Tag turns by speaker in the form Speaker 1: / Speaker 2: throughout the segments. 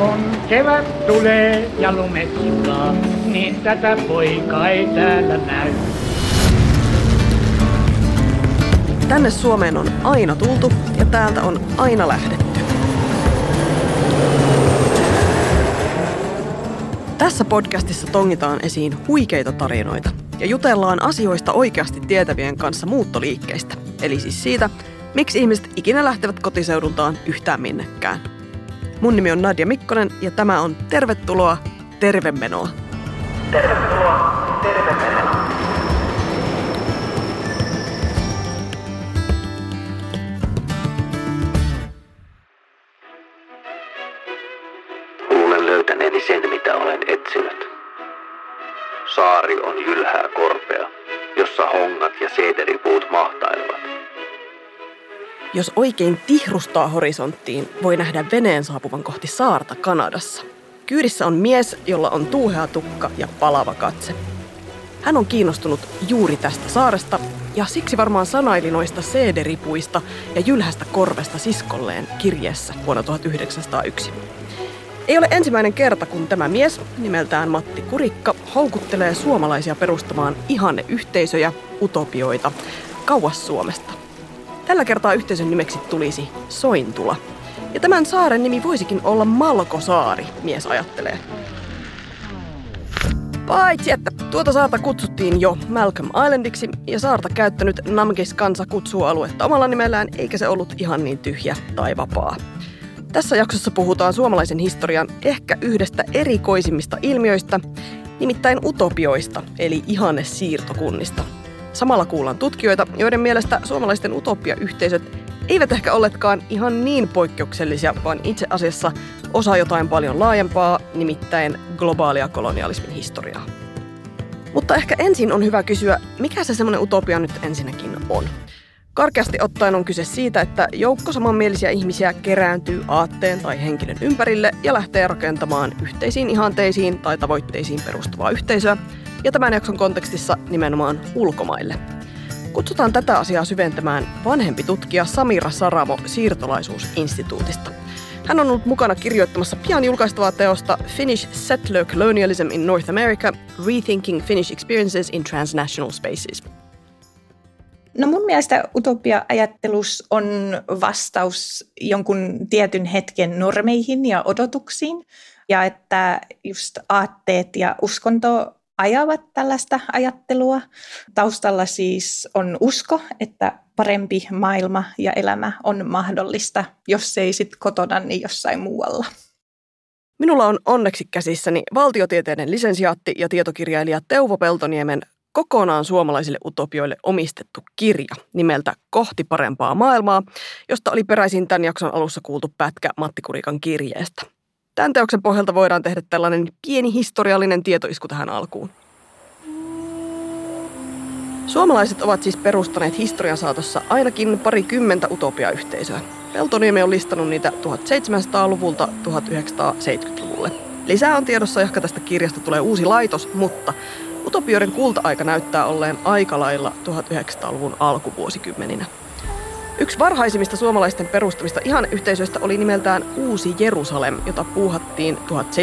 Speaker 1: Kun kevät tulee ja lumet sulaa, niin tätä poikaa ei täällä näy.
Speaker 2: Tänne Suomeen on aina tultu ja täältä on aina lähdetty. Tässä podcastissa tongitaan esiin huikeita tarinoita ja jutellaan asioista oikeasti tietävien kanssa muuttoliikkeistä. Eli siis siitä, miksi ihmiset ikinä lähtevät kotiseudultaan yhtään minnekään. Mun nimi on Nadia Mikkonen ja tämä on Tervetuloa Tervemenoa.
Speaker 3: Tervetuloa Tervemenoa.
Speaker 4: Luulen löytäneeni sen, mitä olen etsinyt. Saari on jylhää korpea, jossa hongat ja seederipuut mahtailevat.
Speaker 2: Jos oikein tihrustaa horisonttiin, voi nähdä veneen saapuvan kohti saarta Kanadassa. Kyydissä on mies, jolla on tuuhea tukka ja palava katse. Hän on kiinnostunut juuri tästä saaresta ja siksi varmaan sanaili noista seederipuista ja jylhästä korvesta siskolleen kirjeessä vuonna 1901. Ei ole ensimmäinen kerta, kun tämä mies, nimeltään Matti Kurikka, houkuttelee suomalaisia perustamaan ihanneyhteisöjä, utopioita, kauas Suomesta. Tällä kertaa yhteisön nimeksi tulisi Sointula. Ja tämän saaren nimi voisikin olla Malkosaari, mies ajattelee. Paitsi, että tuota saarta kutsuttiin jo Malcolm Islandiksi ja saarta käyttänyt Namgis-kansa kutsuu aluetta omalla nimellään, eikä se ollut ihan niin tyhjä tai vapaa. Tässä jaksossa puhutaan suomalaisen historian ehkä yhdestä erikoisimmista ilmiöistä, nimittäin utopioista, eli ihannesiirtokunnista. Samalla kuullaan tutkijoita, joiden mielestä suomalaisten utopiayhteisöt eivät ehkä olleetkaan ihan niin poikkeuksellisia, vaan itse asiassa osa jotain paljon laajempaa, nimittäin globaalia kolonialismin historiaa. Mutta ehkä ensin on hyvä kysyä, mikä se semmoinen utopia nyt ensinnäkin on. Karkeasti ottaen on kyse siitä, että joukko samanmielisiä ihmisiä kerääntyy aatteen tai henkilön ympärille ja lähtee rakentamaan yhteisiin ihanteisiin tai tavoitteisiin perustuvaa yhteisöä, ja tämän jakson kontekstissa nimenomaan ulkomaille. Kutsutaan tätä asiaa syventämään vanhempi tutkija Samira Saramo Siirtolaisuusinstituutista. Hän on ollut mukana kirjoittamassa pian julkaistavaa teosta Finnish Settler Colonialism in North America, Rethinking Finnish Experiences in Transnational Spaces.
Speaker 5: No mun mielestä utopia-ajattelus on vastaus jonkun tietyn hetken normeihin ja odotuksiin. Ja että just aatteet ja uskonto ajavat tällaista ajattelua. Taustalla siis on usko, että parempi maailma ja elämä on mahdollista, jos ei sit kotona, niin jossain muualla.
Speaker 2: Minulla on onneksi käsissäni valtiotieteiden lisensiaatti ja tietokirjailija Teuvo Peltoniemen kokonaan suomalaisille utopioille omistettu kirja nimeltä Kohti parempaa maailmaa, josta oli peräisin tämän jakson alussa kuultu pätkä Matti Kurikan kirjeestä. Tämän teoksen pohjalta voidaan tehdä tällainen pieni historiallinen tietoisku tähän alkuun. Suomalaiset ovat siis perustaneet historian saatossa ainakin parikymmentä utopiayhteisöä. Peltoniemi on listannut niitä 1700-luvulta 1970-luvulle. Lisää on tiedossa, ehkä tästä kirjasta tulee uusi laitos, mutta utopioiden kulta-aika näyttää olleen aika lailla 1900-luvun alkuvuosikymmeninä. Yksi varhaisimmista suomalaisten perustamista ihanneyhteisöistä oli nimeltään Uusi Jerusalem, jota puuhattiin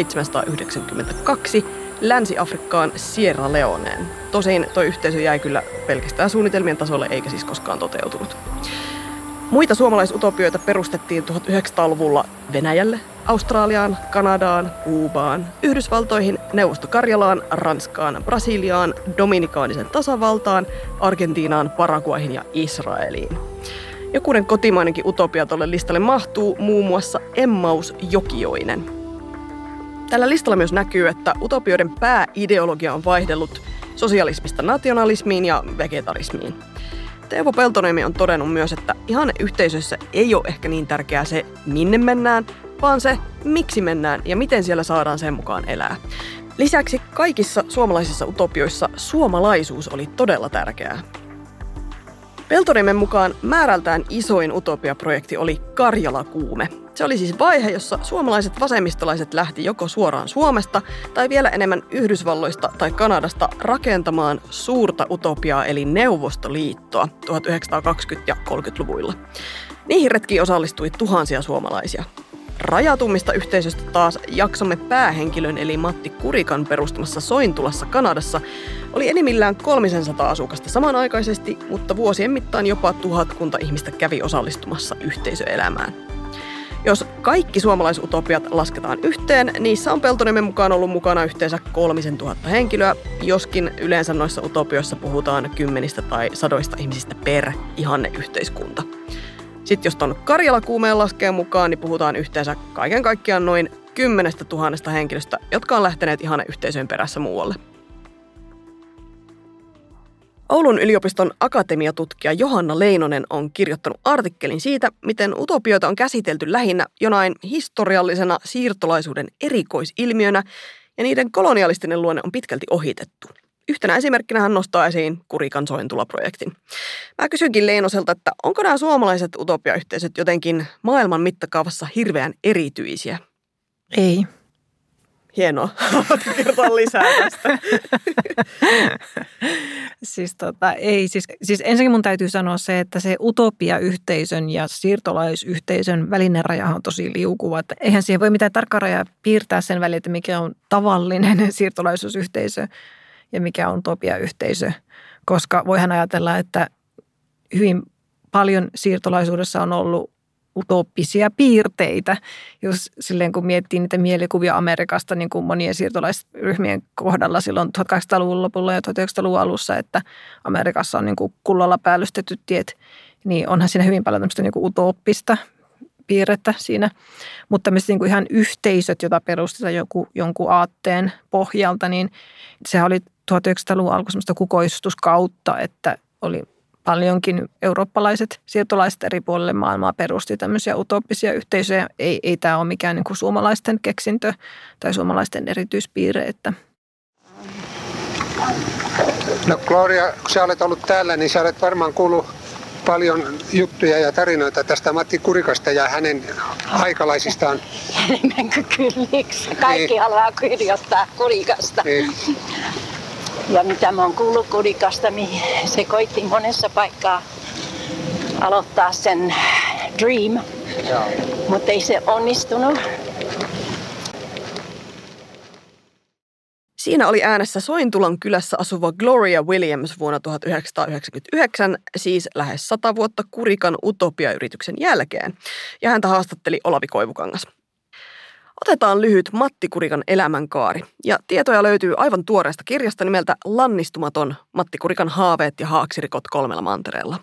Speaker 2: 1792 Länsi-Afrikkaan Sierra Leoneen. Tosin tuo yhteisö jäi kyllä pelkästään suunnitelmien tasolle eikä siis koskaan toteutunut. Muita suomalaisutopioita perustettiin 1900-luvulla Venäjälle, Australiaan, Kanadaan, Kuubaan, Yhdysvaltoihin, Neuvosto-Karjalaan, Ranskaan, Brasiliaan, Dominikaanisen tasavaltaan, Argentiinaan, Paraguayhin ja Israeliin. Jokunen kotimainenkin utopia tuolle listalle mahtuu, muun muassa Emmaus Jokioinen. Tällä listalla myös näkyy, että utopioiden pääideologia on vaihdellut sosialismista nationalismiin ja vegetarismiin. Teuvo Peltoniemi on todennut myös, että ihanneyhteisöissä ei ole ehkä niin tärkeää se, minne mennään, vaan se, miksi mennään ja miten siellä saadaan sen mukaan elää. Lisäksi kaikissa suomalaisissa utopioissa suomalaisuus oli todella tärkeää. Peltoniemen mukaan määrältään isoin utopiaprojekti oli Karjala-kuume. Se oli siis vaihe, jossa suomalaiset vasemmistolaiset lähti joko suoraan Suomesta tai vielä enemmän Yhdysvalloista tai Kanadasta rakentamaan suurta utopiaa eli Neuvostoliittoa 1920- ja 30-luvuilla. Niihin retkiin osallistui tuhansia suomalaisia. Rajatummista yhteisöistä taas jaksomme päähenkilön eli Matti Kurikan perustamassa Sointulassa Kanadassa oli enimmillään 300 asukasta samanaikaisesti, mutta vuosien mittaan jopa 1000 ihmistä kävi osallistumassa yhteisöelämään. Jos kaikki suomalaisutopiat lasketaan yhteen, niissä on Peltoniemen mukaan ollut mukana yhteensä 3000 henkilöä, joskin yleensä noissa utopioissa puhutaan 10 tai 100 ihmisistä per ihanneyhteiskunta. Sitten jos ton Karjala-kuumeen laskee mukaan, niin puhutaan yhteensä kaiken kaikkiaan noin 10 000 henkilöstä, jotka on lähteneet ihanneyhteisöjen perässä muualle. Oulun yliopiston akatemiatutkija Johanna Leinonen on kirjoittanut artikkelin siitä, miten utopioita on käsitelty lähinnä jonain historiallisena siirtolaisuuden erikoisilmiönä ja niiden kolonialistinen luonne on pitkälti ohitettu. Yhtenä esimerkkinä hän nostaa esiin Kurikan Sointula-projektin. Mä kysynkin Leinoselta, että onko nämä suomalaiset utopiayhteisöt jotenkin maailman mittakaavassa hirveän erityisiä?
Speaker 6: Ei.
Speaker 2: Hienoa. Haluatko kertoa lisää tästä?
Speaker 6: Ei. Siis ensinnäkin mun täytyy sanoa se, että se utopiayhteisön ja siirtolaisyhteisön välinen raja on tosi liukuva. Että eihän siihen voi mitään tarkkaa rajaa piirtää sen välillä, että mikä on tavallinen siirtolaisuusyhteisö ja mikä on utopiayhteisö. Koska voihan ajatella, että hyvin paljon siirtolaisuudessa on ollut utooppisia piirteitä, jos silleen kun miettii niitä mielikuvia Amerikasta niin kuin monien siirtolaisryhmien kohdalla silloin 1800-luvun lopulla ja 1900-luvun alussa, että Amerikassa on niin kuin kullalla päällystetyt tiet, niin onhan siinä hyvin paljon tämmöistä niin kuin utooppista piirrettä siinä. Mutta tämmöiset niin kuin ihan yhteisöt, joita perustetaan jonkun aatteen pohjalta, niin se oli 1900-luvun alku semmoista kukoistuskautta, että oli paljonkin eurooppalaiset siirtolaiset eri puolille maailmaa perusti tämmöisiä utooppisia yhteisöjä. Ei tämä ole mikään niin kuin suomalaisten keksintö tai suomalaisten erityispiirre. Että.
Speaker 7: No Gloria, kun sä olet ollut täällä, niin sä olet varmaan kuullut paljon juttuja ja tarinoita tästä Matti Kurikasta ja hänen aikalaisistaan.
Speaker 8: Menkö kylliksi? Kaikki haluaa kirjoittaa Kurikasta.
Speaker 7: Niin.
Speaker 8: Ja mitä mä oon kuullut Kurikasta, se koitti monessa paikkaa aloittaa sen dream, mutta ei se onnistunut.
Speaker 2: Siinä oli äänessä Sointulan kylässä asuva Gloria Williams vuonna 1999, siis lähes 100 vuotta Kurikan utopiayrityksen jälkeen, ja häntä haastatteli Olavi Koivukangas. Otetaan lyhyt Matti Kurikan elämänkaari, ja tietoja löytyy aivan tuoreesta kirjasta nimeltä Lannistumaton Matti Kurikan haaveet ja haaksirikot 3 mantereella.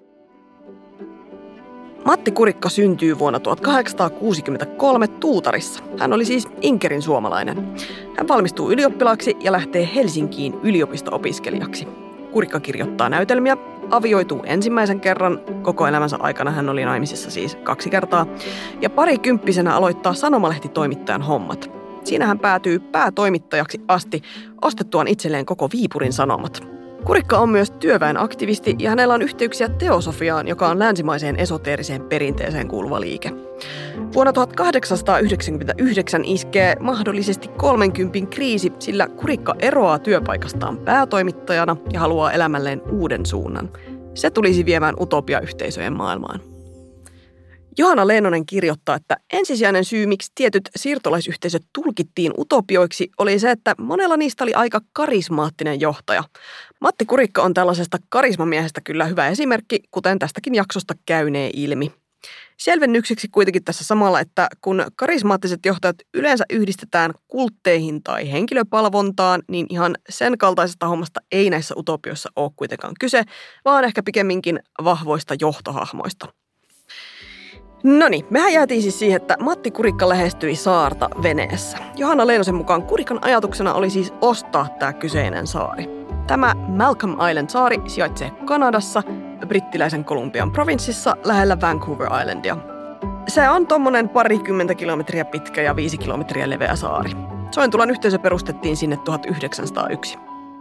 Speaker 2: Matti Kurikka syntyy vuonna 1863 Tuutarissa. Hän oli siis Inkerin suomalainen. Hän valmistuu ylioppilaaksi ja lähtee Helsinkiin yliopisto-opiskelijaksi. Kurikka kirjoittaa näytelmiä, avioituu ensimmäisen kerran, koko elämänsä aikana hän oli naimisissa siis 2 kertaa, ja parikymppisenä aloittaa sanomalehtitoimittajan hommat. Siinä hän päätyy päätoimittajaksi asti ostettuaan itselleen koko Viipurin Sanomat. Kurikka on myös työväen aktivisti ja hänellä on yhteyksiä teosofiaan, joka on länsimaiseen esoteeriseen perinteeseen kuuluva liike. Vuonna 1899 iskee mahdollisesti 30 kriisi, sillä Kurikka eroaa työpaikastaan päätoimittajana ja haluaa elämälleen uuden suunnan. Se tulisi viemään utopiayhteisöjen maailmaan. Johanna Leinonen kirjoittaa, että ensisijainen syy, miksi tietyt siirtolaisyhteisöt tulkittiin utopioiksi, oli se, että monella niistä oli aika karismaattinen johtaja. Matti Kurikka on tällaisesta karismamiehestä kyllä hyvä esimerkki, kuten tästäkin jaksosta käynee ilmi. Selvennykseksi kuitenkin tässä samalla, että kun karismaattiset johtajat yleensä yhdistetään kultteihin tai henkilöpalvontaan, niin ihan sen kaltaisesta hommasta ei näissä utopioissa ole kuitenkaan kyse, vaan ehkä pikemminkin vahvoista johtohahmoista. Noniin, mehän jäätiin siis siihen, että Matti Kurikka lähestyi saarta veneessä. Johanna Leinosen mukaan Kurikan ajatuksena oli siis ostaa tämä kyseinen saari. Tämä Malcolm Island-saari sijaitsee Kanadassa, brittiläisen Kolumbian provinssissa lähellä Vancouver Islandia. Se on tommonen 20 kilometriä pitkä ja 5 kilometriä leveä saari. Sointulan yhteisö perustettiin sinne 1901.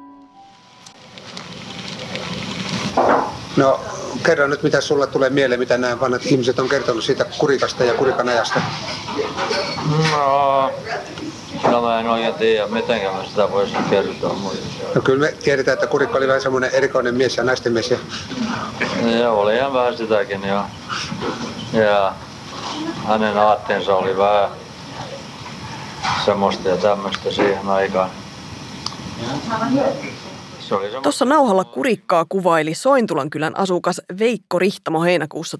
Speaker 7: No, kerro nyt, mitä sulla tulee mieleen, mitä nämä vanhat ihmiset on kertonut siitä Kurikasta ja Kurikan ajasta.
Speaker 9: No, kyllä mä en oikein tiedä, mitenkä mä sitä voisin kertoa.
Speaker 7: No kyllä me tiedetään, että Kurikka oli vähän semmoinen erikoinen mies ja naisten mies.
Speaker 9: Joo, oli ihan vähän sitäkin, joo. Ja hänen aatteensa oli vähän semmoista ja tämmöistä siihen aikaan.
Speaker 2: Tuossa nauhalla Kurikkaa kuvaili Sointulan kylän asukas Veikko Rihtamo heinäkuussa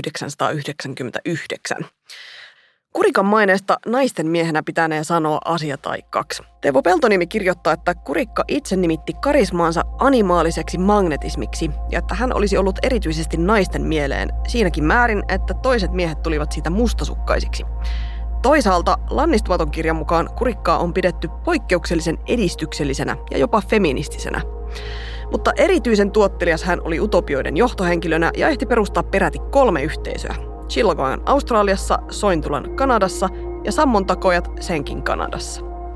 Speaker 2: 1999. Kurikan maineesta naisten miehenä pitänee sanoa asia tai kaksi. Teuvo Peltoniemi kirjoittaa, että Kurikka itse nimitti karismaansa animaaliseksi magnetismiksi ja että hän olisi ollut erityisesti naisten mieleen siinäkin määrin, että toiset miehet tulivat siitä mustasukkaisiksi. Toisaalta Lannistumaton kirjan mukaan Kurikkaa on pidetty poikkeuksellisen edistyksellisenä ja jopa feministisenä. Mutta erityisen tuottelias hän oli utopioiden johtohenkilönä ja ehti perustaa peräti 3 yhteisöä. Chillagoan Australiassa, Sointulan Kanadassa ja Sammon takojat senkin Kanadassa.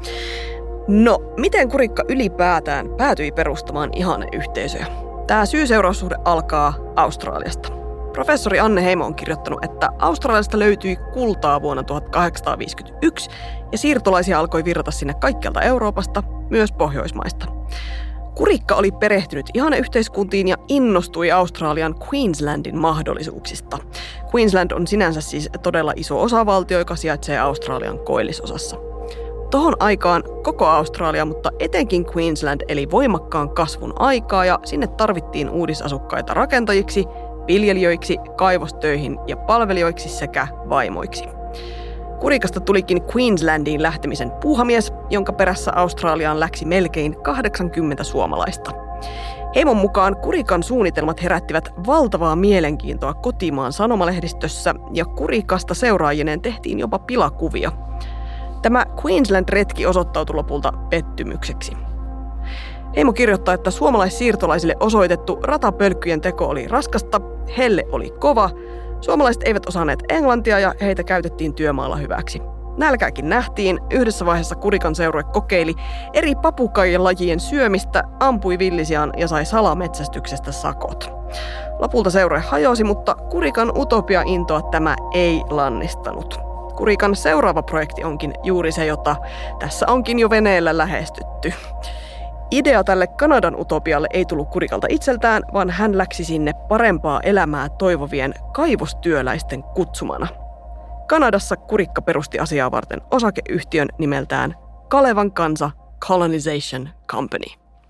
Speaker 2: No, miten Kurikka ylipäätään päätyi perustamaan ihanneyhteisöjä? Tämä syy-seuraussuhde alkaa Australiasta. Professori Anne Heimo on kirjoittanut, että Australiasta löytyi kultaa vuonna 1851 ja siirtolaisia alkoi virrata sinne kaikkialta Euroopasta, myös Pohjoismaista. Kurikka oli perehtynyt ihanneyhteiskuntiin ja innostui Australian Queenslandin mahdollisuuksista. Queensland on sinänsä siis todella iso osavaltio, joka sijaitsee Australian koillisosassa. Tohon aikaan koko Australia, mutta etenkin Queensland eli voimakkaan kasvun aikaa ja sinne tarvittiin uudisasukkaita rakentajiksi, viljelijöiksi, kaivostöihin ja palvelijoiksi sekä vaimoiksi. Kurikasta tulikin Queenslandiin lähtemisen puuhamies, jonka perässä Australiaan läksi melkein 80 suomalaista. Heimon mukaan Kurikan suunnitelmat herättivät valtavaa mielenkiintoa kotimaan sanomalehdistössä ja Kurikasta seuraajineen tehtiin jopa pilakuvia. Tämä Queensland-retki osoittautui lopulta pettymykseksi. Heimo kirjoittaa, että suomalaissiirtolaisille osoitettu ratapölkkyjen teko oli raskasta, helle oli kova, suomalaiset eivät osanneet englantia ja heitä käytettiin työmaalla hyväksi. Nälkääkin nähtiin. Yhdessä vaiheessa Kurikan seurue kokeili eri papukaijilajien syömistä, ampui villisian ja sai salametsästyksestä sakot. Lopulta seurue hajosi, mutta Kurikan utopia-intoa tämä ei lannistanut. Kurikan seuraava projekti onkin juuri se, jota tässä onkin jo veneellä lähestytty. Idea tälle Kanadan utopialle ei tullut Kurikalta itseltään, vaan hän läksi sinne parempaa elämää toivovien kaivostyöläisten kutsumana. Kanadassa Kurikka perusti asiaa varten osakeyhtiön nimeltään Kalevan kansa Colonization Company.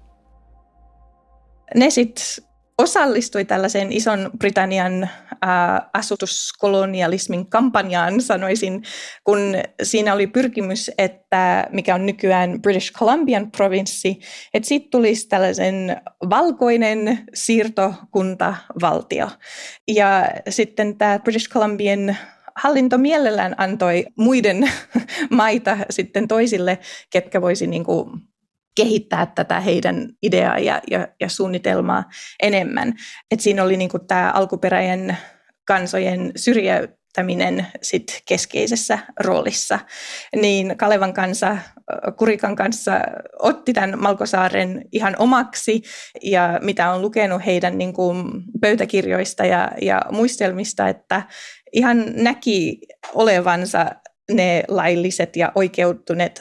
Speaker 5: Ne sitten osallistui tällaiseen Ison-Britannian asutuskolonialismin kampanjaan, sanoisin, kun siinä oli pyrkimys, että mikä on nykyään British Columbian provinssi, että siitä tulisi tällaisen valkoinen siirtokuntavaltio. Ja sitten tämä British Columbian hallinto mielellään antoi muiden maita sitten toisille, ketkä voisi niinku kehittää tätä heidän ideaa ja suunnitelmaa enemmän. Et siinä oli niinku tämä alkuperäinen kansojen syrjäyttäminen sit keskeisessä roolissa. Niin Kalevan kansa Kurikan kanssa otti tämän Malkosaaren ihan omaksi, ja mitä on lukenut heidän niinku pöytäkirjoista ja muistelmista, että ihan näki olevansa ne lailliset ja oikeutuneet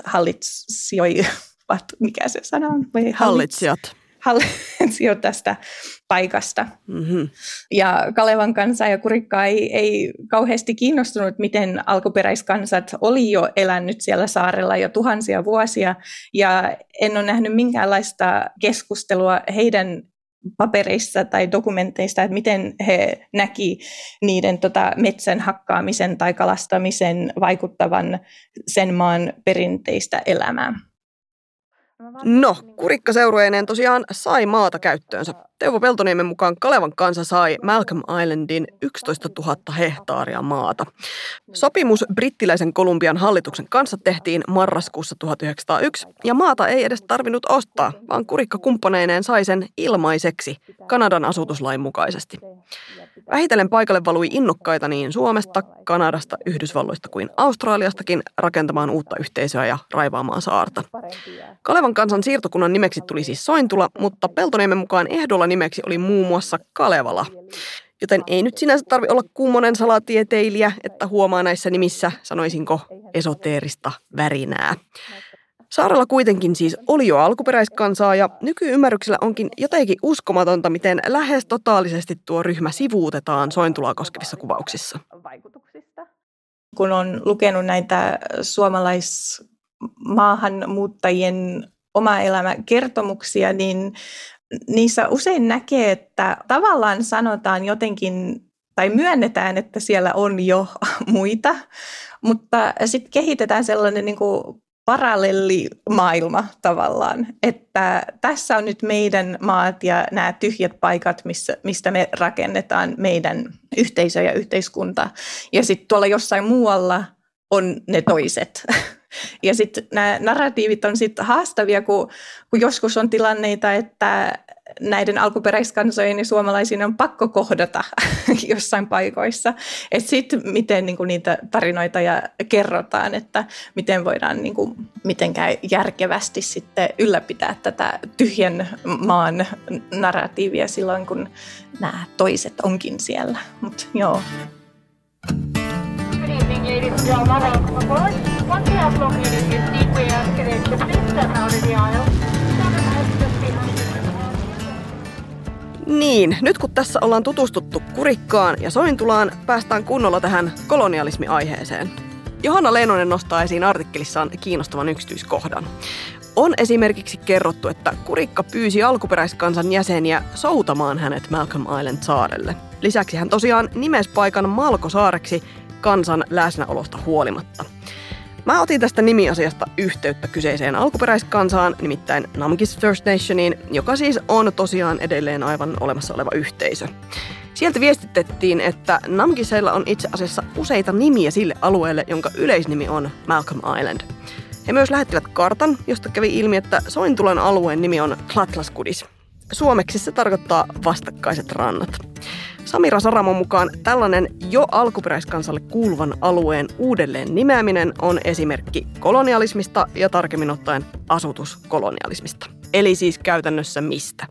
Speaker 5: mikä se sana on?
Speaker 2: Hallitsijat
Speaker 5: tästä paikasta. Mm-hmm. Ja Kalevan kansa ja Kurikka ei kauheasti kiinnostunut, miten alkuperäiskansat oli jo elänyt siellä saarella jo tuhansia vuosia, ja en ole nähnyt minkäänlaista keskustelua heidän papereissa tai dokumenteista, että miten he näki niiden metsän hakkaamisen tai kalastamisen vaikuttavan sen maan perinteistä elämää.
Speaker 2: No, Kurikka seurueineen tosiaan sai maata käyttöönsä. Teuvo Peltoniemen mukaan Kalevan kansa sai Malcolm Islandin 11 000 hehtaaria maata. Sopimus brittiläisen Kolumbian hallituksen kanssa tehtiin marraskuussa 1901, ja maata ei edes tarvinnut ostaa, vaan Kurikka kumppaneineen sai sen ilmaiseksi Kanadan asutuslain mukaisesti. Vähitellen paikalle valui innokkaita niin Suomesta, Kanadasta, Yhdysvalloista kuin Australiastakin rakentamaan uutta yhteisöä ja raivaamaan saarta. Kalevan kansan siirtokunnan nimeksi tuli siis Sointula, mutta Peltoniemen mukaan ehdolla nimeksi oli muun muassa Kalevala. Joten ei nyt sinänsä tarvitse olla kummonen salatieteilijä, että huomaa näissä nimissä, sanoisinko, esoteerista värinää. Saarella kuitenkin siis oli jo alkuperäiskansaa, ja nykyymmärryksellä onkin jotenkin uskomatonta, miten lähes totaalisesti tuo ryhmä sivuutetaan Sointulaa koskevissa kuvauksissa.
Speaker 5: kun on lukenut näitä suomalaismaahanmuuttajien oma elämäkertomuksia, niin niissä usein näkee, että tavallaan sanotaan jotenkin tai myönnetään, että siellä on jo muita, mutta sitten kehitetään sellainen niin kuin parallellimaailma tavallaan, että tässä on nyt meidän maat ja nämä tyhjät paikat, mistä me rakennetaan meidän yhteisö ja yhteiskunta. Ja sitten tuolla jossain muualla on ne toiset. Ja sitten nämä narratiivit on sitten haastavia, kun joskus on tilanneita, että näiden alkuperäiskansojen ja suomalaisiin on pakko kohdata jossain paikoissa. Että sitten miten niinku niitä tarinoita ja kerrotaan, että miten voidaan niinku, mitenkään järkevästi sitten ylläpitää tätä tyhjän maan narratiivia silloin, kun nämä toiset onkin siellä. Mut joo.
Speaker 10: Good evening, ladies and gentlemen. Welcome aboard. Once you have located your seat, we ask that you please step out of the aisle.
Speaker 2: Niin, nyt kun tässä ollaan tutustuttu Kurikkaan ja Sointulaan, päästään kunnolla tähän kolonialismi-aiheeseen. Johanna Leinonen nostaa esiin artikkelissaan kiinnostavan yksityiskohdan. On esimerkiksi kerrottu, että Kurikka pyysi alkuperäiskansan jäseniä soutamaan hänet Malcolm Island-saarelle. Lisäksi hän tosiaan nimesi paikan Malkosaareksi kansan läsnäolosta huolimatta. Mä otin tästä nimiasiasta yhteyttä kyseiseen alkuperäiskansaan, nimittäin Namgis First Nationiin, joka siis on tosiaan edelleen aivan olemassa oleva yhteisö. Sieltä viestitettiin, että Namgiseilla on itse asiassa useita nimiä sille alueelle, jonka yleisnimi on Malcolm Island. He myös lähettivät kartan, josta kävi ilmi, että Sointulan alueen nimi on Tlatlaskudis. Suomeksi se tarkoittaa vastakkaiset rannat. Samira Saramon mukaan tällainen jo alkuperäiskansalle kuuluvan alueen uudelleen nimeäminen on esimerkki kolonialismista ja tarkemmin ottaen asutuskolonialismista. Eli siis käytännössä mistä?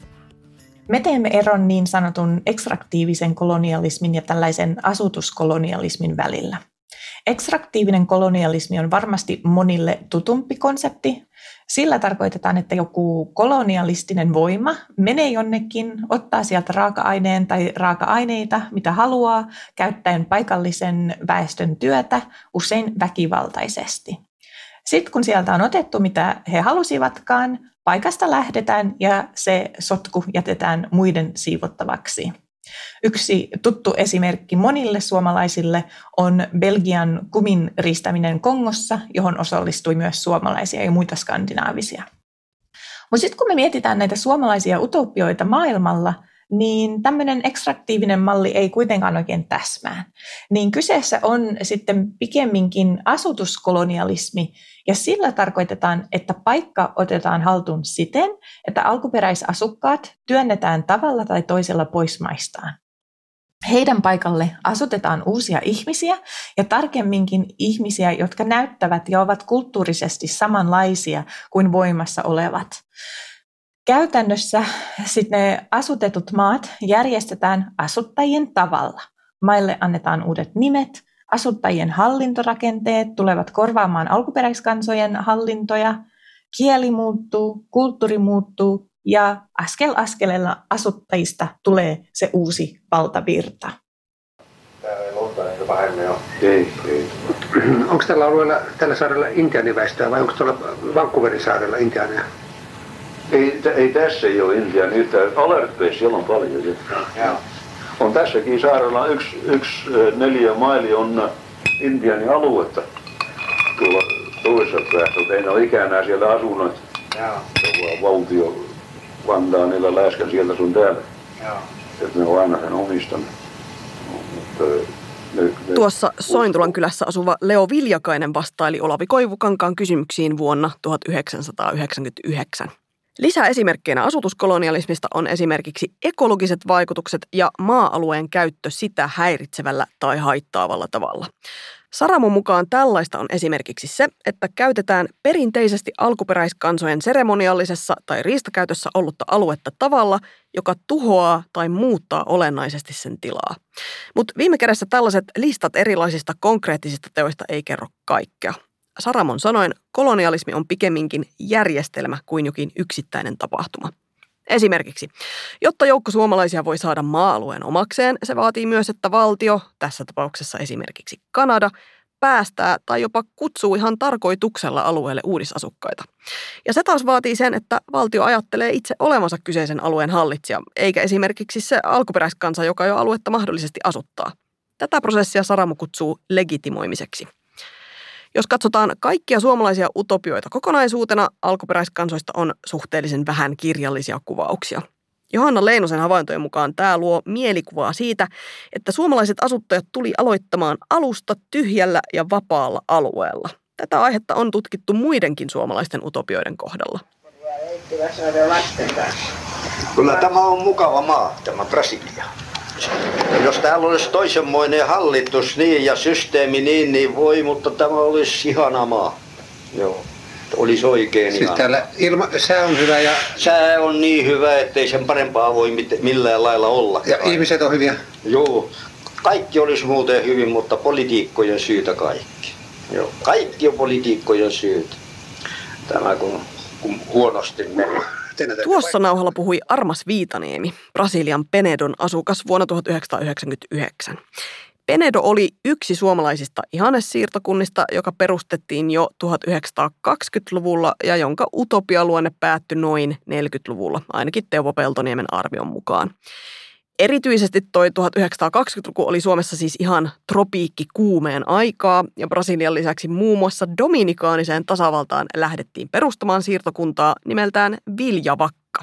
Speaker 5: Me teemme eron niin sanotun ekstraktiivisen kolonialismin ja tällaisen asutuskolonialismin välillä. Ekstraktiivinen kolonialismi on varmasti monille tutumpi konsepti. Sillä tarkoitetaan, että joku kolonialistinen voima menee jonnekin, ottaa sieltä raaka-aineen tai raaka-aineita, mitä haluaa, käyttäen paikallisen väestön työtä, usein väkivaltaisesti. Sitten kun sieltä on otettu, mitä he halusivatkaan, paikasta lähdetään ja se sotku jätetään muiden siivottavaksi. Yksi tuttu esimerkki monille suomalaisille on Belgian kumin riistäminen Kongossa, johon osallistui myös suomalaisia ja muita skandinaavisia. Mutta sitten kun me mietitään näitä suomalaisia utopioita maailmalla, niin tämmöinen ekstraktiivinen malli ei kuitenkaan oikein täsmää. Niin kyseessä on sitten pikemminkin asutuskolonialismi, ja sillä tarkoitetaan, että paikka otetaan haltuun siten, että alkuperäisasukkaat työnnetään tavalla tai toisella pois maistaan. Heidän paikalle asutetaan uusia ihmisiä ja tarkemminkin ihmisiä, jotka näyttävät ja ovat kulttuurisesti samanlaisia kuin voimassa olevat. Käytännössä sitten ne asutetut maat järjestetään asuttajien tavalla. Maille annetaan uudet nimet, asuttajien hallintorakenteet tulevat korvaamaan alkuperäiskansojen hallintoja, kieli muuttuu, kulttuuri muuttuu ja askel askeleella asuttajista tulee se uusi valtavirta.
Speaker 7: Täällä ei lohta eikä vähemmän ole. Ei. Onko tällä alueella, tällä saarella intiaaniväestöä vai onko tuolla Vancouverin saarella intiaaneja?
Speaker 11: Ei tässä ei ole intiaan yhtään. Alertpeissa siellä on paljon.
Speaker 7: Joo.
Speaker 11: On tässäkin saarella yksi 4 maili on intiaanin aluetta tuolla toisessa päässä, mutta ei ne ole ikänään siellä asunut. Valtio vantaa niillä läskän sieltä sun täällä. Joo. Että ne on aina sen omistanut.
Speaker 2: Tuossa Sointulan kylässä asuva Leo Viljakainen vastaili Olavi Koivukankaan kysymyksiin vuonna 1999. Lisäesimerkkeinä asutuskolonialismista on esimerkiksi ekologiset vaikutukset ja maa-alueen käyttö sitä häiritsevällä tai haittaavalla tavalla. Saramon mukaan tällaista on esimerkiksi se, että käytetään perinteisesti alkuperäiskansojen seremoniallisessa tai riistakäytössä ollutta aluetta tavalla, joka tuhoaa tai muuttaa olennaisesti sen tilaa. Mutta viime kädessä tällaiset listat erilaisista konkreettisista teoista ei kerro kaikkea. Saramon sanoin, kolonialismi on pikemminkin järjestelmä kuin jokin yksittäinen tapahtuma. Esimerkiksi, jotta joukko suomalaisia voi saada maa-alueen omakseen, se vaatii myös, että valtio, tässä tapauksessa esimerkiksi Kanada, päästää tai jopa kutsuu ihan tarkoituksella alueelle uudisasukkaita. Ja se taas vaatii sen, että valtio ajattelee itse olevansa kyseisen alueen hallitsija, eikä esimerkiksi se alkuperäiskansa, joka jo aluetta mahdollisesti asuttaa. Tätä prosessia Saramo kutsuu legitimoimiseksi. Jos katsotaan kaikkia suomalaisia utopioita kokonaisuutena, alkuperäiskansoista on suhteellisen vähän kirjallisia kuvauksia. Johanna Leinosen havaintojen mukaan tämä luo mielikuvaa siitä, että suomalaiset asuttajat tuli aloittamaan alusta tyhjällä ja vapaalla alueella. Tätä aihetta on tutkittu muidenkin suomalaisten utopioiden kohdalla.
Speaker 12: Kyllä tämä on mukava maa, tämä Brasilia. Jos täällä olisi toisenmoinen hallitus niin ja systeemi niin voi, mutta tämä olisi ihana maa. Joo. Olisi oikein
Speaker 7: siis
Speaker 12: ihana.
Speaker 7: Täällä sää on hyvä ja...
Speaker 12: Sää on niin hyvä, ettei sen parempaa voi millään lailla olla.
Speaker 7: Ja ihmiset on hyviä.
Speaker 12: Joo. Kaikki olisi muuten hyvin, mutta politiikkojen syytä kaikki. Joo. Kaikki on politiikkojen syytä. Tämä kun huonosti meni.
Speaker 2: Tuossa nauhalla puhui Armas Viitaniemi, Brasilian Penedon asukas vuonna 1999. Penedo oli yksi suomalaisista ihannesiirtokunnista, joka perustettiin jo 1920-luvulla ja jonka utopialuonne päättyi noin 40-luvulla, ainakin Teuvo Peltoniemen arvion mukaan. Erityisesti toi 1920-luku oli Suomessa siis ihan tropiikkikuumeen aikaa ja Brasilian lisäksi muun muassa Dominikaaniseen tasavaltaan lähdettiin perustamaan siirtokuntaa nimeltään Viljavakka.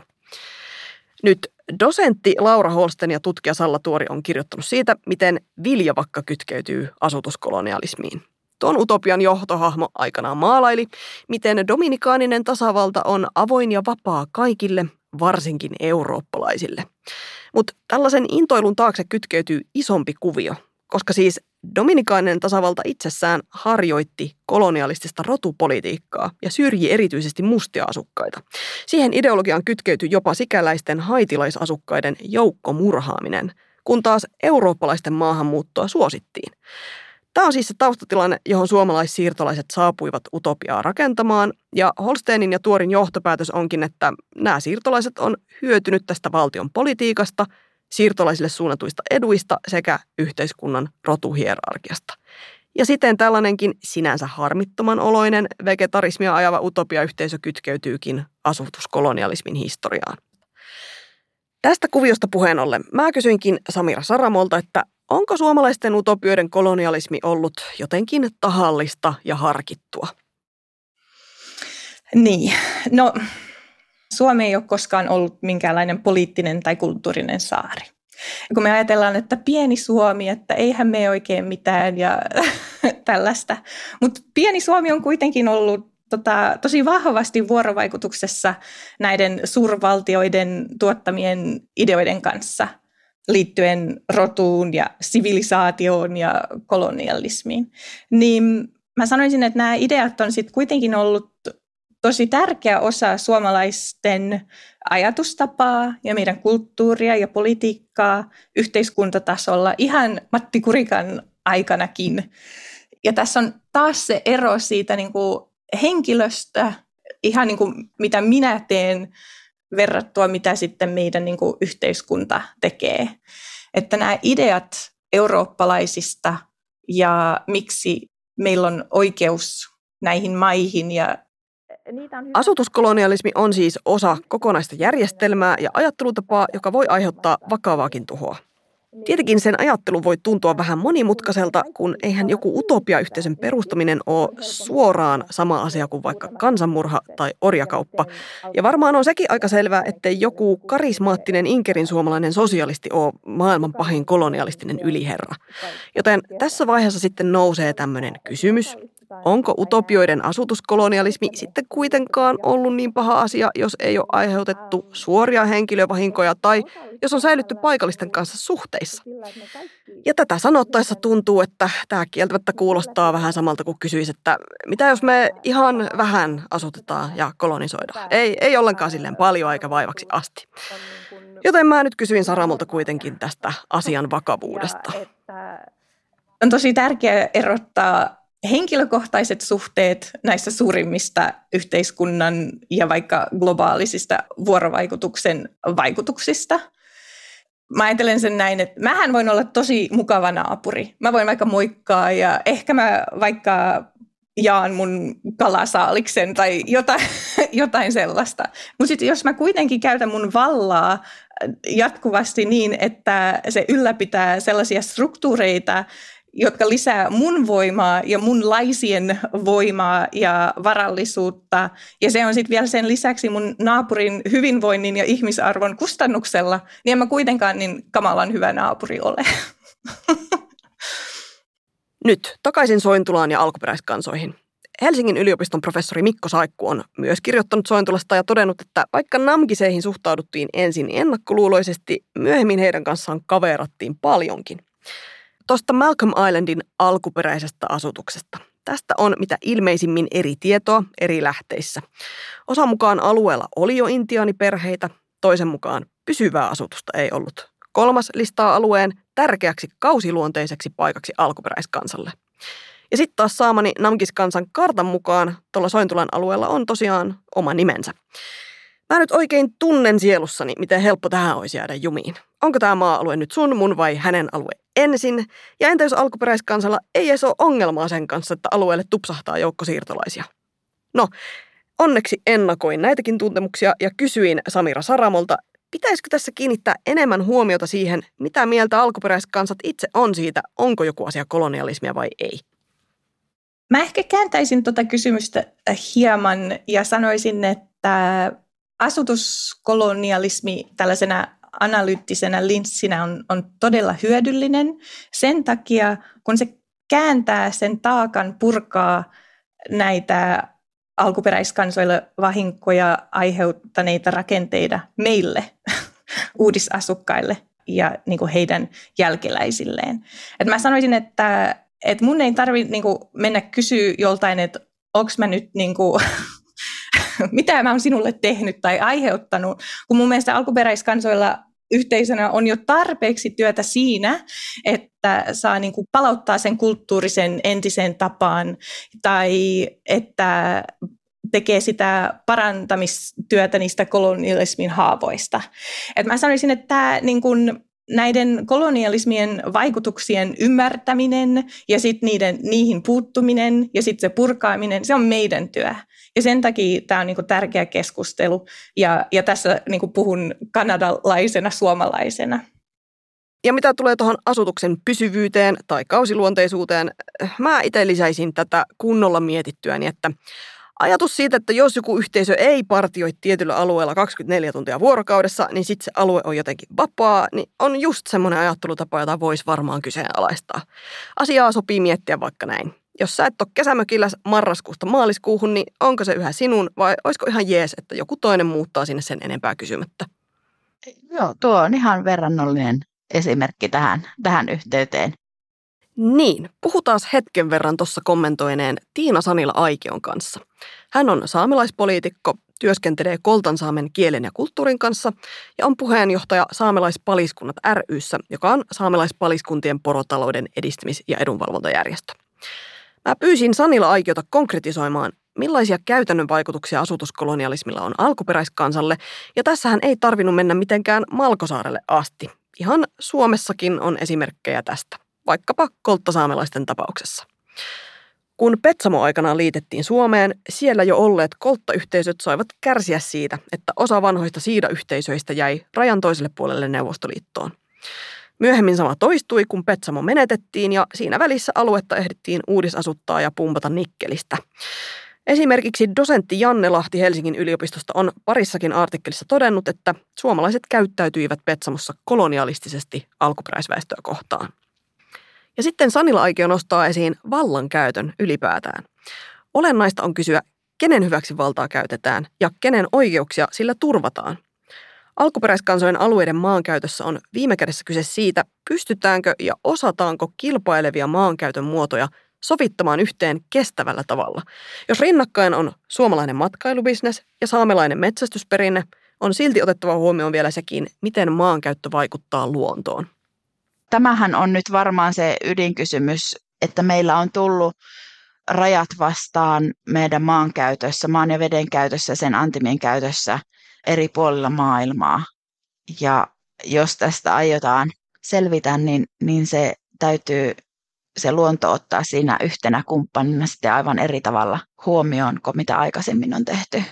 Speaker 2: Nyt dosentti Laura Holsten ja tutkija Salla Tuori on kirjoittanut siitä, miten Viljavakka kytkeytyy asutuskolonialismiin. Tuon utopian johtohahmo aikanaan maalaili, miten dominikaaninen tasavalta on avoin ja vapaa kaikille, varsinkin eurooppalaisille. Mutta tällaisen intoilun taakse kytkeytyy isompi kuvio, koska siis dominikaaninen tasavalta itsessään harjoitti kolonialistista rotupolitiikkaa ja syrji erityisesti mustia asukkaita. Siihen ideologiaan kytkeytyi jopa sikäläisten haitilaisasukkaiden joukkomurhaaminen, kun taas eurooppalaisten maahanmuuttoa suosittiin. Tämä on siis se taustatilanne, johon suomalaissiirtolaiset saapuivat utopiaa rakentamaan, ja Holsteinin ja Tuorin johtopäätös onkin, että nämä siirtolaiset on hyötynyt tästä valtion politiikasta, siirtolaisille suunnatuista eduista sekä yhteiskunnan rotuhierarkiasta. Ja siten tällainenkin sinänsä harmittoman oloinen vegetarismia ajava utopiayhteisö kytkeytyykin asutuskolonialismin historiaan. Tästä kuviosta puheen ollen mä kysyinkin Samira Saramolta, että onko suomalaisten utopioiden kolonialismi ollut jotenkin tahallista ja harkittua?
Speaker 5: Niin, no Suomi ei ole koskaan ollut minkäänlainen poliittinen tai kulttuurinen saari. Kun me ajatellaan, että pieni Suomi, että eihän me oikein mitään ja tällaista. Mutta pieni Suomi on kuitenkin ollut tosi vahvasti vuorovaikutuksessa näiden suurvaltioiden tuottamien ideoiden kanssa liittyen rotuun ja sivilisaatioon ja kolonialismiin. Niin mä sanoisin, että nämä ideat on sitten kuitenkin ollut tosi tärkeä osa suomalaisten ajatustapaa ja meidän kulttuuria ja politiikkaa yhteiskuntatasolla ihan Matti Kurikan aikanakin. Ja tässä on taas se ero siitä niin kuin henkilöstä, ihan niin kuin mitä minä teen verrattua mitä sitten meidän niin kuin yhteiskunta tekee. Että nämä ideat eurooppalaisista ja miksi meillä on oikeus näihin maihin ja
Speaker 2: asutuskolonialismi on siis osa kokonaista järjestelmää ja ajattelutapaa, joka voi aiheuttaa vakavaakin tuhoa. Tietenkin sen ajattelu voi tuntua vähän monimutkaiselta, kun eihän joku utopiayhteisön perustaminen ole suoraan sama asia kuin vaikka kansanmurha tai orjakauppa. Ja varmaan on sekin aika selvää, ettei joku karismaattinen inkerin suomalainen sosialisti ole maailman pahin kolonialistinen yliherra. Joten tässä vaiheessa sitten nousee tämmöinen kysymys. Onko utopioiden asutuskolonialismi sitten kuitenkaan ollut niin paha asia, jos ei ole aiheutettu suoria henkilövahinkoja tai jos on säilytty paikallisten kanssa suhteissa? Ja tätä sanottaessa tuntuu, että tämä kieltämättä kuulostaa vähän samalta kuin kysyisi, että mitä jos me ihan vähän asutetaan ja kolonisoidaan? Ei ollenkaan silleen paljon eikä vaivaksi asti. Joten mä nyt kysyin Saramolta kuitenkin tästä asian vakavuudesta.
Speaker 5: On tosi tärkeää erottaa henkilökohtaiset suhteet näistä suurimmista yhteiskunnan ja vaikka globaalisista vuorovaikutuksen vaikutuksista. mä ajattelen sen näin, että mähän voin olla tosi mukava naapuri. Mä voin vaikka moikkaa ja ehkä mä vaikka jaan mun kalasaaliksen tai jotain sellaista. Mutta sitten jos mä kuitenkin käytän mun vallaa jatkuvasti niin, että se ylläpitää sellaisia struktuureita, jotka lisää mun voimaa ja mun laisien voimaa ja varallisuutta. Ja se on sitten vielä sen lisäksi mun naapurin hyvinvoinnin ja ihmisarvon kustannuksella, niin en mä kuitenkaan niin kamalan hyvä naapuri ole.
Speaker 2: Nyt takaisin Sointulaan ja alkuperäiskansoihin. Helsingin yliopiston professori Mikko Saikku on myös kirjoittanut Sointulasta ja todennut, että vaikka namgiseihin suhtauduttiin ensin ennakkoluuloisesti, myöhemmin heidän kanssaan kaverattiin paljonkin. Tuosta Malcolm Islandin alkuperäisestä asutuksesta. Tästä on mitä ilmeisimmin eri tietoa eri lähteissä. Osan mukaan alueella oli jo intiaaniperheitä, toisen mukaan pysyvää asutusta ei ollut. Kolmas listaa alueen tärkeäksi kausiluonteiseksi paikaksi alkuperäiskansalle. Ja sitten taas saamani Namgis-kansan kartan mukaan tuolla Sointulan alueella on tosiaan oma nimensä. Mä nyt oikein tunnen sielussani, miten helppo tähän olisi jäädä jumiin. Onko tämä maa-alue nyt sun, mun vai hänen alue ensin? Ja entä jos alkuperäiskansalla ei edes ole ongelmaa sen kanssa, että alueelle tupsahtaa joukko siirtolaisia? No, onneksi ennakoin näitäkin tuntemuksia ja kysyin Samira Saramolta, pitäisikö tässä kiinnittää enemmän huomiota siihen, mitä mieltä alkuperäiskansat itse on siitä, onko joku asia kolonialismia vai ei?
Speaker 5: Mä ehkä kääntäisin tuota kysymystä hieman ja sanoisin, että asutuskolonialismi tällaisena analyyttisena linssinä on todella hyödyllinen sen takia, kun se kääntää sen taakan, purkaa näitä alkuperäiskansoille vahinkoja aiheuttaneita rakenteita meille, uudisasukkaille ja niin kuin heidän jälkeläisilleen. Et mä sanoisin, että mun ei tarvitse niin kuin mennä kysyä joltain, että onko mä nyt niin kuin mitä mä oon sinulle tehnyt tai aiheuttanut, kun mun mielestä alkuperäiskansoilla yhteisönä on jo tarpeeksi työtä siinä, että saa niin kuin palauttaa sen kulttuurisen entiseen tapaan tai että tekee sitä parantamistyötä niistä kolonialismin haavoista. Et mä sanoisin, että niin kuin näiden kolonialismien vaikutuksien ymmärtäminen ja sitten niihin puuttuminen ja sitten se purkaaminen, se on meidän työ. Ja sen takia tämä on niinku tärkeä keskustelu ja tässä niinku puhun kanadalaisena, suomalaisena.
Speaker 2: Ja mitä tulee tuohon asutuksen pysyvyyteen tai kausiluonteisuuteen, mä itse lisäisin tätä kunnolla mietittyäni, että ajatus siitä, että jos joku yhteisö ei partioi tietyllä alueella 24 tuntia vuorokaudessa, niin sitten se alue on jotenkin vapaa, niin on just semmoinen ajattelutapa, jota voisi varmaan kyseenalaistaa. Asiaa sopii miettiä vaikka näin. Jos sä et ole kesämökillä marraskuusta maaliskuuhun, niin onko se yhä sinun vai olisiko ihan jees, että joku toinen muuttaa sinne sen enempää kysymättä?
Speaker 13: Joo, tuo on ihan verrannollinen esimerkki tähän yhteyteen.
Speaker 2: Niin, puhutaan hetken verran tuossa kommentoineen Tiina Sanila-Aikion kanssa. Hän on saamelaispoliitikko, työskentelee Koltansaamen kielen ja kulttuurin kanssa ja on puheenjohtaja Saamelaispaliskunnat ry:ssä, joka on saamelaispaliskuntien porotalouden edistämis- ja edunvalvontajärjestö. Mä pyysin Sanila-Aikiota konkretisoimaan, millaisia käytännön vaikutuksia asutuskolonialismilla on alkuperäiskansalle, ja tässähän ei tarvinnut mennä mitenkään Malkosaarelle asti. Ihan Suomessakin on esimerkkejä tästä, vaikkapa kolttasaamelaisten tapauksessa. Kun Petsamo aikanaan liitettiin Suomeen, siellä jo olleet kolttayhteisöt saivat kärsiä siitä, että osa vanhoista siidayhteisöistä jäi rajan toiselle puolelle Neuvostoliittoon. Myöhemmin sama toistui, kun Petsamo menetettiin ja siinä välissä aluetta ehdittiin uudisasuttaa ja pumpata nikkelistä. Esimerkiksi dosentti Janne Lahti Helsingin yliopistosta on parissakin artikkelissa todennut, että suomalaiset käyttäytyivät Petsamossa kolonialistisesti alkuperäisväestöä kohtaan. Ja sitten Sanila-Aikio nostaa esiin vallankäytön ylipäätään. Olennaista on kysyä, kenen hyväksi valtaa käytetään ja kenen oikeuksia sillä turvataan. Alkuperäiskansojen alueiden maankäytössä on viime kädessä kyse siitä, pystytäänkö ja osataanko kilpailevia maankäytön muotoja sovittamaan yhteen kestävällä tavalla. Jos rinnakkain on suomalainen matkailubisnes ja saamelainen metsästysperinne, on silti otettava huomioon vielä sekin, miten maankäyttö vaikuttaa luontoon.
Speaker 13: Tämähän on nyt varmaan se ydinkysymys, että meillä on tullut rajat vastaan meidän maankäytössä, maan ja veden käytössä, sen antimien käytössä eri puolilla maailmaa. Ja jos tästä aiotaan selvitä, niin se täytyy se luonto ottaa siinä yhtenä kumppanina sitten aivan eri tavalla huomioon kuin mitä aikaisemmin on tehty.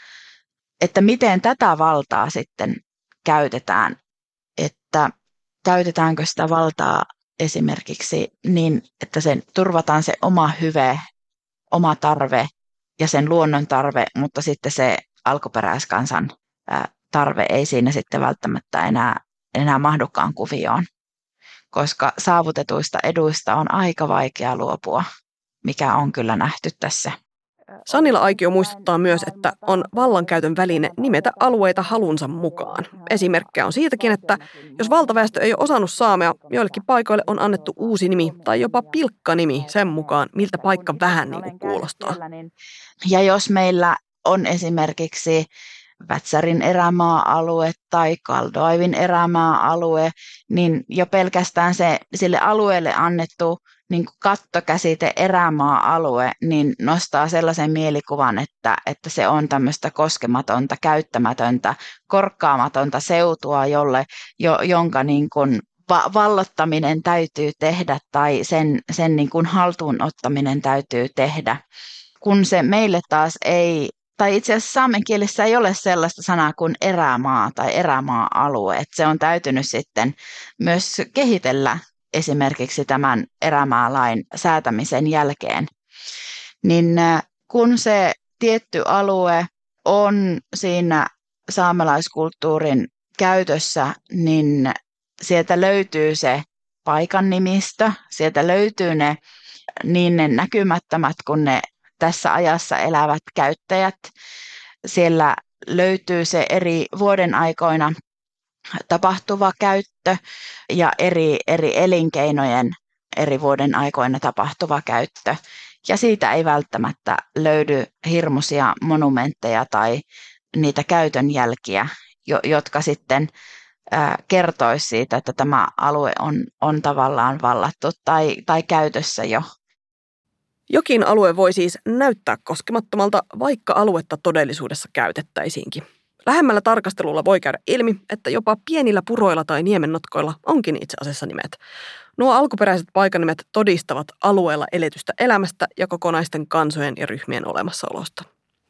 Speaker 13: Että miten tätä valtaa sitten käytetään, että käytetäänkö sitä valtaa esimerkiksi niin, että sen turvataan se oma hyve, oma tarve ja sen luonnon tarve, mutta sitten se alkuperäiskansan tarve ei siinä sitten välttämättä enää mahdukaan kuvioon, koska saavutetuista eduista on aika vaikea luopua, mikä on kyllä nähty tässä.
Speaker 2: Sannila Aikio muistuttaa myös, että on vallankäytön väline nimetä alueita halunsa mukaan. Esimerkkejä on siitäkin, että jos valtaväestö ei ole osannut saamea, joillekin paikoille on annettu uusi nimi tai jopa pilkkanimi sen mukaan, miltä paikka vähän niin kuin kuulostaa.
Speaker 13: Ja jos meillä on esimerkiksi Vätsärin erämaa-alue tai Kaldoivin erämaa-alue, niin jo pelkästään sille alueelle annettu niin kuin kattokäsite erämaa-alue niin nostaa sellaisen mielikuvan, että se on tämmöistä koskematonta, käyttämätöntä, korkkaamatonta seutua, jonka niin kuin vallottaminen täytyy tehdä tai sen niin kuin haltuun ottaminen täytyy tehdä, kun se meille taas ei. Tai itse asiassa saamen kielessä ei ole sellaista sanaa kuin erämaa tai erämaa-alue. Että se on täytynyt sitten myös kehitellä esimerkiksi tämän erämaalain säätämisen jälkeen. Niin kun se tietty alue on siinä saamelaiskulttuurin käytössä, niin sieltä löytyy se paikan nimistö, sieltä löytyy ne näkymättömät kuin ne tässä ajassa elävät käyttäjät. Siellä löytyy se eri vuoden aikoina tapahtuva käyttö ja eri elinkeinojen eri vuoden aikoina tapahtuva käyttö. Ja siitä ei välttämättä löydy hirmuisia monumentteja tai niitä käytön jälkiä, jotka sitten kertoisi siitä, että tämä alue on tavallaan vallattu tai käytössä jo.
Speaker 2: Jokin alue voi siis näyttää koskemattomalta, vaikka aluetta todellisuudessa käytettäisiinkin. Lähemmällä tarkastelulla voi käydä ilmi, että jopa pienillä puroilla tai niemennotkoilla onkin itse asiassa nimet. Nuo alkuperäiset paikanimet todistavat alueella eletystä elämästä ja kokonaisten kansojen ja ryhmien olemassaolosta.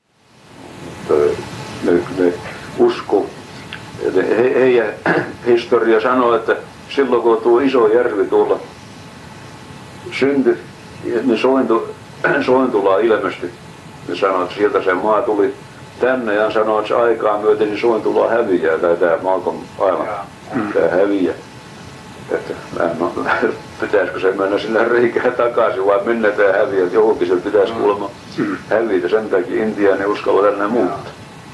Speaker 11: Ne usko, heidän historia sanoo, että silloin kun tuo iso järvi tuolla syntyi, niin Sointula ilmestyi. Ne sanoi, että sieltä se maa tuli tänne ja sanoi, että se aikaa myöten niin Sointula häviää tai tämä Malcolm Island tämä häviää. Että pitäisikö se mennä sinne reikään takaisin vai minne tämä häviää, että johonkin se pitäisi kuulemma hävitä. Sen takia Intiaan ei uskalla tänne muuttaa.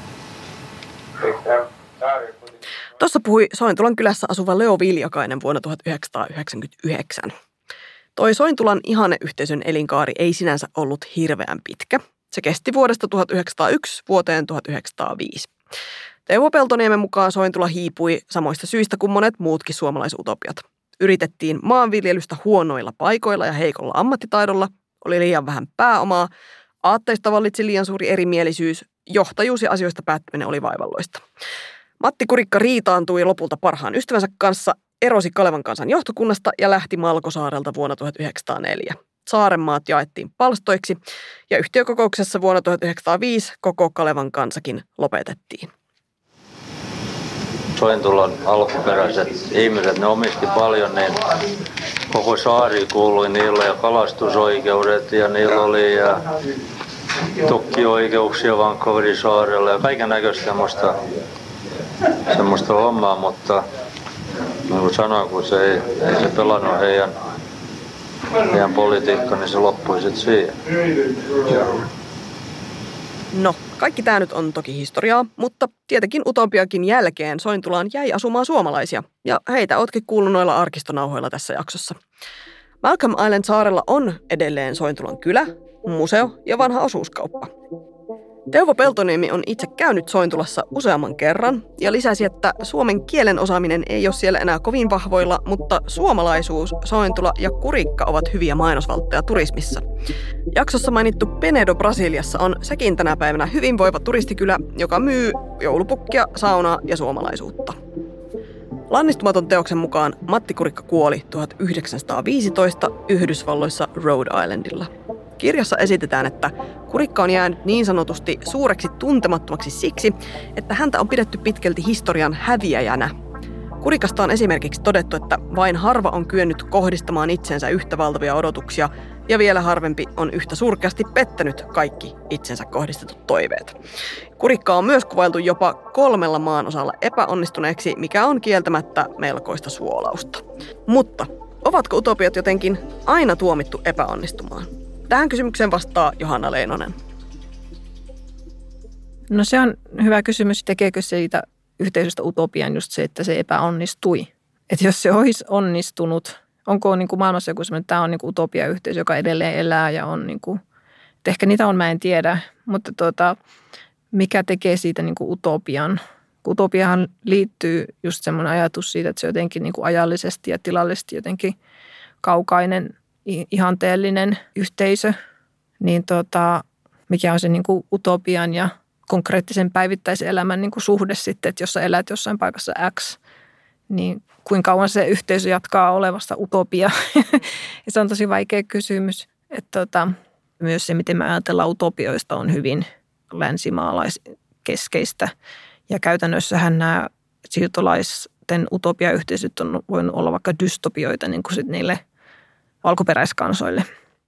Speaker 2: Tuossa puhui Sointulan kylässä asuva Leo Viljakainen vuonna 1999. Toi Sointulan ihanneyhteisön elinkaari ei sinänsä ollut hirveän pitkä. Se kesti vuodesta 1901 vuoteen 1905. Teuvo Peltoniemen mukaan Sointula hiipui samoista syistä kuin monet muutkin suomalaisutopiat. Yritettiin maanviljelystä huonoilla paikoilla ja heikolla ammattitaidolla, oli liian vähän pääomaa, aatteista vallitsi liian suuri erimielisyys, johtajuus ja asioista päättäminen oli vaivalloista. Matti Kurikka riitaantui lopulta parhaan ystävänsä kanssa, erosi Kalevan kansan johtokunnasta ja lähti Malkosaarelta vuonna 1904. Saarenmaat jaettiin palstoiksi ja yhtiökokouksessa vuonna 1905 koko Kalevan kansakin lopetettiin.
Speaker 9: Sointulan alkuperäiset ihmiset, ne omisti paljon, niin koko saari kuului niille ja kalastusoikeudet ja niillä oli ja tukkioikeuksia Vancouverin saarella ja kaiken näköistä semmoista hommaa, mutta niin kuin sanoin, kun se ei se pelannut heidän politiikka, niin se loppui sitten siihen.
Speaker 2: No, kaikki tämä nyt on toki historiaa, mutta tietenkin utopiakin jälkeen Sointulaan jäi asumaan suomalaisia, ja heitä ootkin kuullut noilla arkistonauhoilla tässä jaksossa. Malcolm Island saarella on edelleen Sointulan kylä, museo ja vanha osuuskauppa. Teuvo Peltoniemi on itse käynyt Sointulassa useamman kerran ja lisäsi, että suomen kielen osaaminen ei ole siellä enää kovin vahvoilla, mutta suomalaisuus, Sointula ja Kurikka ovat hyviä mainosvaltteja turismissa. Jaksossa mainittu Penedo Brasiliassa on sekin tänä päivänä hyvinvoiva turistikylä, joka myy joulupukkia, saunaa ja suomalaisuutta. Lannistumaton teoksen mukaan Matti Kurikka kuoli 1915 Yhdysvalloissa Rhode Islandilla. Kirjassa esitetään, että Kurikka on jäänyt niin sanotusti suureksi tuntemattomaksi siksi, että häntä on pidetty pitkälti historian häviäjänä. Kurikasta on esimerkiksi todettu, että vain harva on kyennyt kohdistamaan itsensä yhtä valtavia odotuksia ja vielä harvempi on yhtä surkeasti pettänyt kaikki itsensä kohdistetut toiveet. Kurikka on myös kuvailtu jopa 3 maanosalla epäonnistuneeksi, mikä on kieltämättä melkoista suolausta. Mutta ovatko utopiat jotenkin aina tuomittu epäonnistumaan? Tähän kysymykseen vastaa Johanna Leinonen.
Speaker 6: No se on hyvä kysymys. Tekeekö siitä yhteisöstä utopian just se, että se epäonnistui? Että jos se olisi onnistunut, onko niin kuin maailmassa joku sellainen, että tämä on niin kuin utopia-yhteisö, joka edelleen elää ja on niin kuin, että ehkä niitä on, mä en tiedä, mutta mikä tekee siitä niin kuin utopian? Utopiahan liittyy just semmoinen ajatus siitä, että se on jotenkin niin kuin ajallisesti ja tilallisesti jotenkin kaukainen, ihanteellinen yhteisö, niin mikä on se niin kuin utopian ja konkreettisen päivittäisen elämän niin kuin suhde sitten, että jos sä elät jossain paikassa X, niin kuinka kauan se yhteisö jatkaa olevasta utopia. Ja se on tosi vaikea kysymys. Että myös se, miten me ajatellaan utopioista, on hyvin länsimaalaiskeskeistä. Ja käytännössähän nämä siirtolaisten utopiayhteisöt on voinut olla vaikka dystopioita niin kuin sit niille alkuperäiskansoille.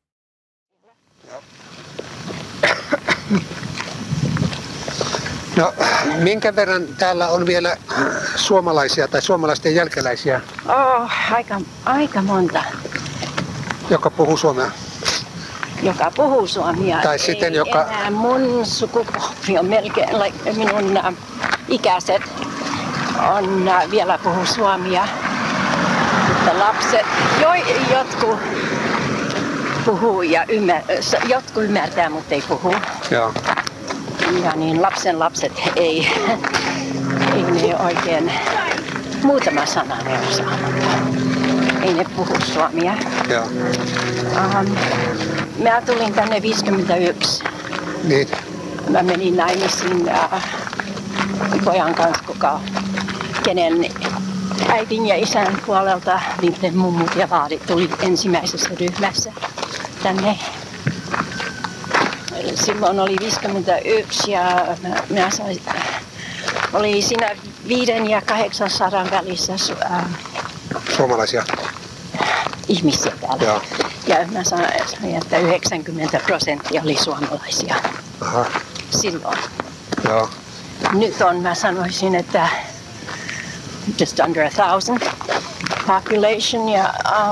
Speaker 7: Minkä verran täällä on vielä suomalaisia tai suomalaisten jälkeläisiä?
Speaker 8: Aika monta.
Speaker 7: Joka puhuu suomea?
Speaker 8: Joka puhuu suomea.
Speaker 7: Tai sitten joka...
Speaker 8: Enää mun sukupolvi on melkein, minun ikäiset on vielä puhuu suomea. Mutta lapset, jotkut puhuu ja jotkut ymmärtää, mutta ei puhu.
Speaker 7: Joo.
Speaker 8: Ja niin lapset ei ne oikein, muutama sana ne osaa, ei ne puhu suomea.
Speaker 7: Joo.
Speaker 8: Mä tulin tänne 51.
Speaker 7: Niin.
Speaker 8: Mä menin naimisiin pojan kanssa, kenen äidin ja isän puolelta niiden mummut ja vaarit tuli ensimmäisessä ryhmässä tänne. Silloin oli 51 ja mä oli siinä 500 ja 800 välissä
Speaker 7: suomalaisia
Speaker 8: ihmisiä täällä.
Speaker 7: Joo.
Speaker 8: Ja mä sanoin, että 90% oli suomalaisia.
Speaker 7: Aha.
Speaker 8: Silloin.
Speaker 7: Joo.
Speaker 8: Nyt on, mä sanoisin, että just under 1,000 population ja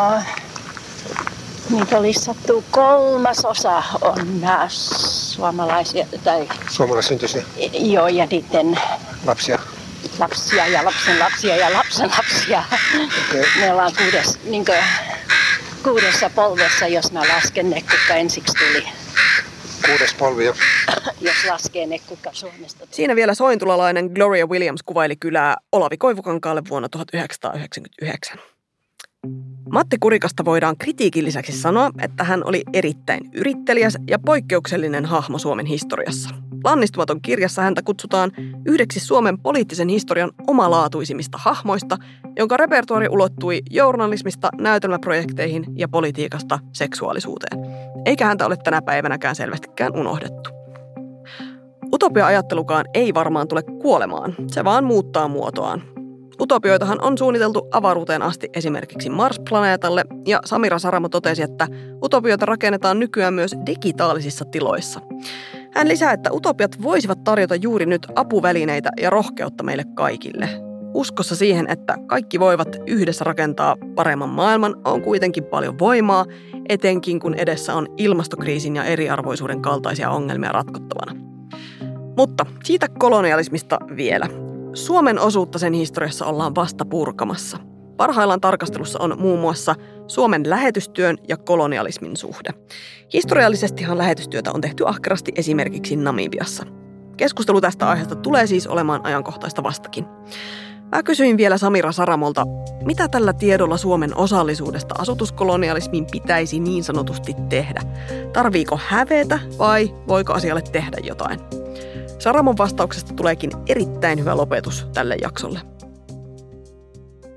Speaker 8: niitä oli sattuu 3/3 on suomalaisia tai
Speaker 7: suomalaissyntyisiä.
Speaker 8: Joo, ja niiden
Speaker 7: lapsia
Speaker 8: ja lapsenlapsia ja lapsenlapsia. Okay. Me ollaan kuudessa polvessa, jos mä lasken ne, kuka ensiksi tuli.
Speaker 7: 6. polvi jo.
Speaker 8: Jos laskee ne, kuka Suomesta tuli.
Speaker 2: Siinä vielä sointulalainen Gloria Williams kuvaili kylää Olavi Koivukankaalle vuonna 1999. Matti Kurikasta voidaan kritiikin lisäksi sanoa, että hän oli erittäin yritteliäs ja poikkeuksellinen hahmo Suomen historiassa. Lannistumaton kirjassa häntä kutsutaan yhdeksi Suomen poliittisen historian omalaatuisimmista hahmoista, jonka repertuaari ulottui journalismista näytelmäprojekteihin ja politiikasta seksuaalisuuteen. Eikä häntä ole tänä päivänäkään selvästikään unohdettu. Utopia-ajattelukaan ei varmaan tule kuolemaan, se vaan muuttaa muotoaan. Utopioitahan on suunniteltu avaruuteen asti esimerkiksi Mars-planeetalle, ja Samira Saramo totesi, että utopioita rakennetaan nykyään myös digitaalisissa tiloissa. Hän lisää, että utopiat voisivat tarjota juuri nyt apuvälineitä ja rohkeutta meille kaikille. Uskossa siihen, että kaikki voivat yhdessä rakentaa paremman maailman, on kuitenkin paljon voimaa, etenkin kun edessä on ilmastokriisin ja eriarvoisuuden kaltaisia ongelmia ratkottavana. Mutta siitä kolonialismista vielä. Suomen osuutta sen historiassa ollaan vasta purkamassa. Parhaillaan tarkastelussa on muun muassa Suomen lähetystyön ja kolonialismin suhde. Historiallisestihan lähetystyötä on tehty ahkerasti esimerkiksi Namibiassa. Keskustelu tästä aiheesta tulee siis olemaan ajankohtaista vastakin. Mä kysyin vielä Samira Saramolta, mitä tällä tiedolla Suomen osallisuudesta asutuskolonialismiin pitäisi niin sanotusti tehdä? Tarviiko hävetä vai voiko asialle tehdä jotain? Saramon vastauksesta tuleekin erittäin hyvä lopetus tälle jaksolle.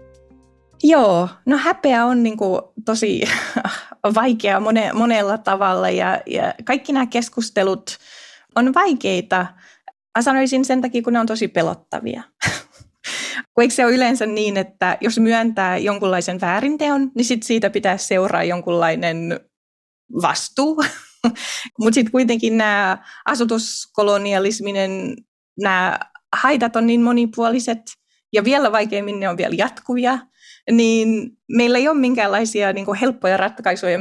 Speaker 5: Joo, no häpeä on niin kuin tosi vaikea monella tavalla ja kaikki nämä keskustelut on vaikeita. Mä sanoisin sen takia, kun ne on tosi pelottavia. Eikö se ole yleensä niin, että jos myöntää jonkunlaisen väärinteon, niin sit siitä pitää seuraa jonkunlainen vastuu. Mutta sitten kuitenkin nämä asutuskolonialisminen, nämä haitat on niin monipuoliset ja vielä vaikeimmin ne on vielä jatkuvia, niin meillä ei ole minkäänlaisia niin kuin helppoja ratkaisuja,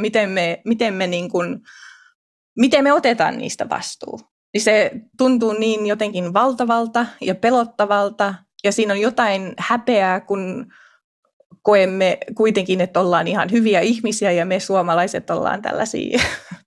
Speaker 5: miten me otetaan niistä vastuu. Niin se tuntuu niin jotenkin valtavalta ja pelottavalta ja siinä on jotain häpeää, kun koemme kuitenkin, että ollaan ihan hyviä ihmisiä ja me suomalaiset ollaan tällaisia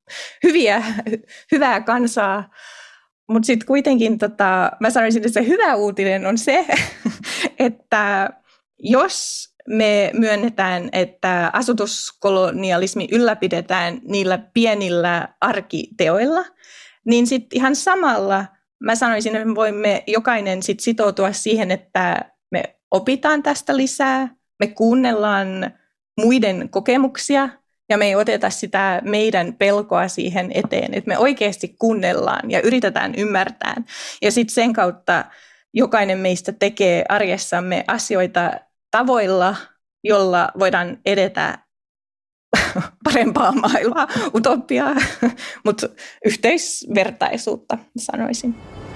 Speaker 5: hyvää kansaa. Mutta sitten kuitenkin mä sanoisin, että se hyvä uutinen on se, että jos me myönnetään, että asutuskolonialismi ylläpidetään niillä pienillä arkiteoilla, niin sitten ihan samalla mä sanoisin, että me voimme jokainen sit sitoutua siihen, että me opitaan tästä lisää, me kuunnellaan muiden kokemuksia ja me ei oteta sitä meidän pelkoa siihen eteen, että me oikeasti kuunnellaan ja yritetään ymmärtää. Ja sitten sen kautta jokainen meistä tekee arjessamme asioita tavoilla, jolla voidaan edetä parempaa maailmaa, utopiaa, mutta yhteisvertaisuutta sanoisin.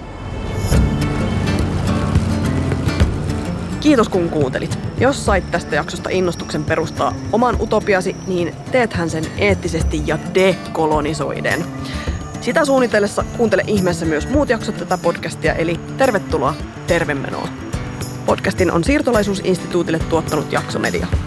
Speaker 2: Kiitos kun kuuntelit. Jos sait tästä jaksosta innostuksen perustaa oman utopiasi, niin teethän sen eettisesti ja dekolonisoiden. Sitä suunnitellessa kuuntele ihmeessä myös muut jaksot tätä podcastia, eli tervetuloa tervemenoa. Podcastin on Siirtolaisuusinstituutille tuottanut Jaksomedia.